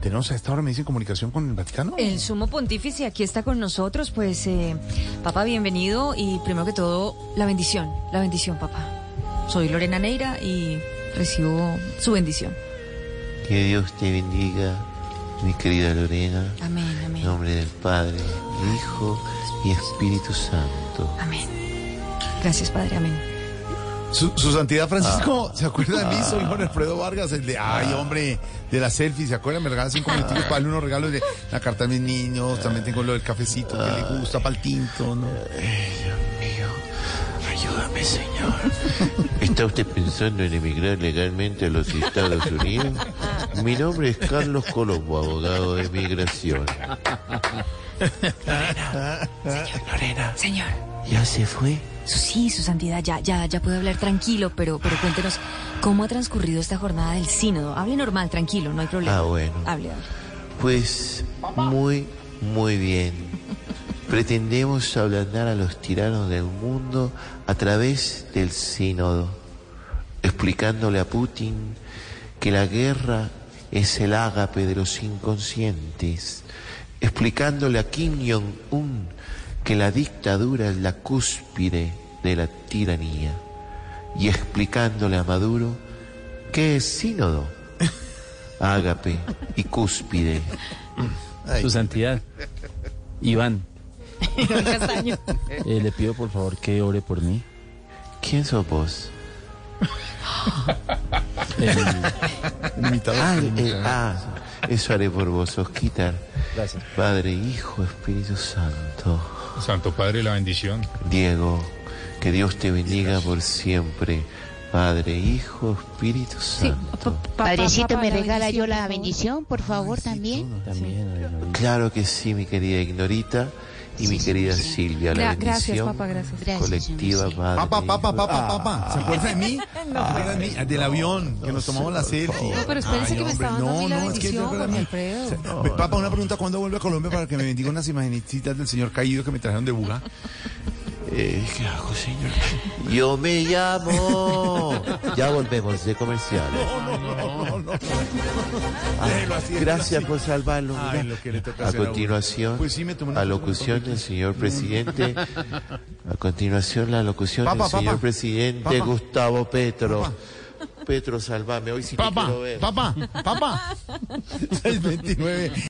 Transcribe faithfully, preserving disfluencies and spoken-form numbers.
Tenemos a esta hora, me dicen, comunicación con el Vaticano. El sumo pontífice aquí está con nosotros, pues, eh, papá, bienvenido y primero que todo, la bendición, la bendición, papá. Soy Lorena Neira y recibo su bendición. Que Dios te bendiga, mi querida Lorena. Amén, amén. En nombre del Padre, Hijo y Espíritu Santo. Amén. Gracias, Padre, amén. Su, su Santidad Francisco, Ah. ¿se acuerda de mí? Soy Juan Alfredo Vargas, el de, ay, hombre, de la selfie, ¿se acuerdan? Me regalan cinco minutos para darle unos regalos de la carta a mis niños, también tengo lo del cafecito que le gusta, para el tinto, ¿no? Ay, Dios mío, ayúdame, Señor. ¿Está usted pensando en emigrar legalmente a los Estados Unidos? Mi nombre es Carlos Colombo, abogado de migración. Lorena, señor, Lorena. Señor. ¿Ya se fue? Su, sí, su santidad, ya, ya, ya puede hablar tranquilo, pero, pero cuéntenos cómo ha transcurrido esta jornada del sínodo. Hable normal, tranquilo, no hay problema. Ah, bueno. Hable, hable. Pues muy, muy bien. Pretendemos ablandar a los tiranos del mundo a través del sínodo, explicándole a Putin que la guerra es el ágape de los inconscientes, explicándole a Kim Jong-un que la dictadura es la cúspide de la tiranía, y explicándole a Maduro que es sínodo, ágape y cúspide. Ay. Su Santidad, Iván, Iván Castaño. eh, le pido por favor que ore por mí. ¿Quién sos vos? El- Imitador, Ah, eh, imitador. ah, eso haré por vos, Osquitar. Gracias. Padre, Hijo, Espíritu Santo. Santo Padre, la bendición. Diego, que Dios te bendiga por siempre. Padre, Hijo, Espíritu Sí, Santo. pa- pa- Padrecito, papá, ¿me la regala yo bendición, la por favor. bendición, por favor, también? También, Ave María. Claro que sí, mi querida Ignorita y mi querida Silvia. La Gra- gracias, bendición papá, gracias. Gracias, colectiva, señor, sí. Padre. Papá, papá, Hijo. papá, papá, ¿se acuerda de mí? ¿Se acuerda de mí? Del avión, que nos tomamos la selfie. No, pero espérese Ay, que me hombre, está dando a mí la no, no, es que se bendición, acuerda de mí. Alfredo. Se- Papá, una pregunta, ¿cuándo vuelve a Colombia para que me bendiga unas imagenicitas del señor caído que me trajeron de Buga? Eh, ¿Qué hago, señor? Yo me llamo. Ya volvemos de comerciales. No, no, no, no. Ah, Déjelo así, déjelo gracias así. por salvarlo. Ay, mira. lo que le toca A hacer a uno. continuación, Pues sí, me tomé una la foto con locución papito. del señor presidente. A continuación, la locución Papá, del señor papá. presidente Papá. Gustavo Petro. Papá. Petro, salvame. Hoy sí te Papá, quiero ver. papá, papá. seis veintinueve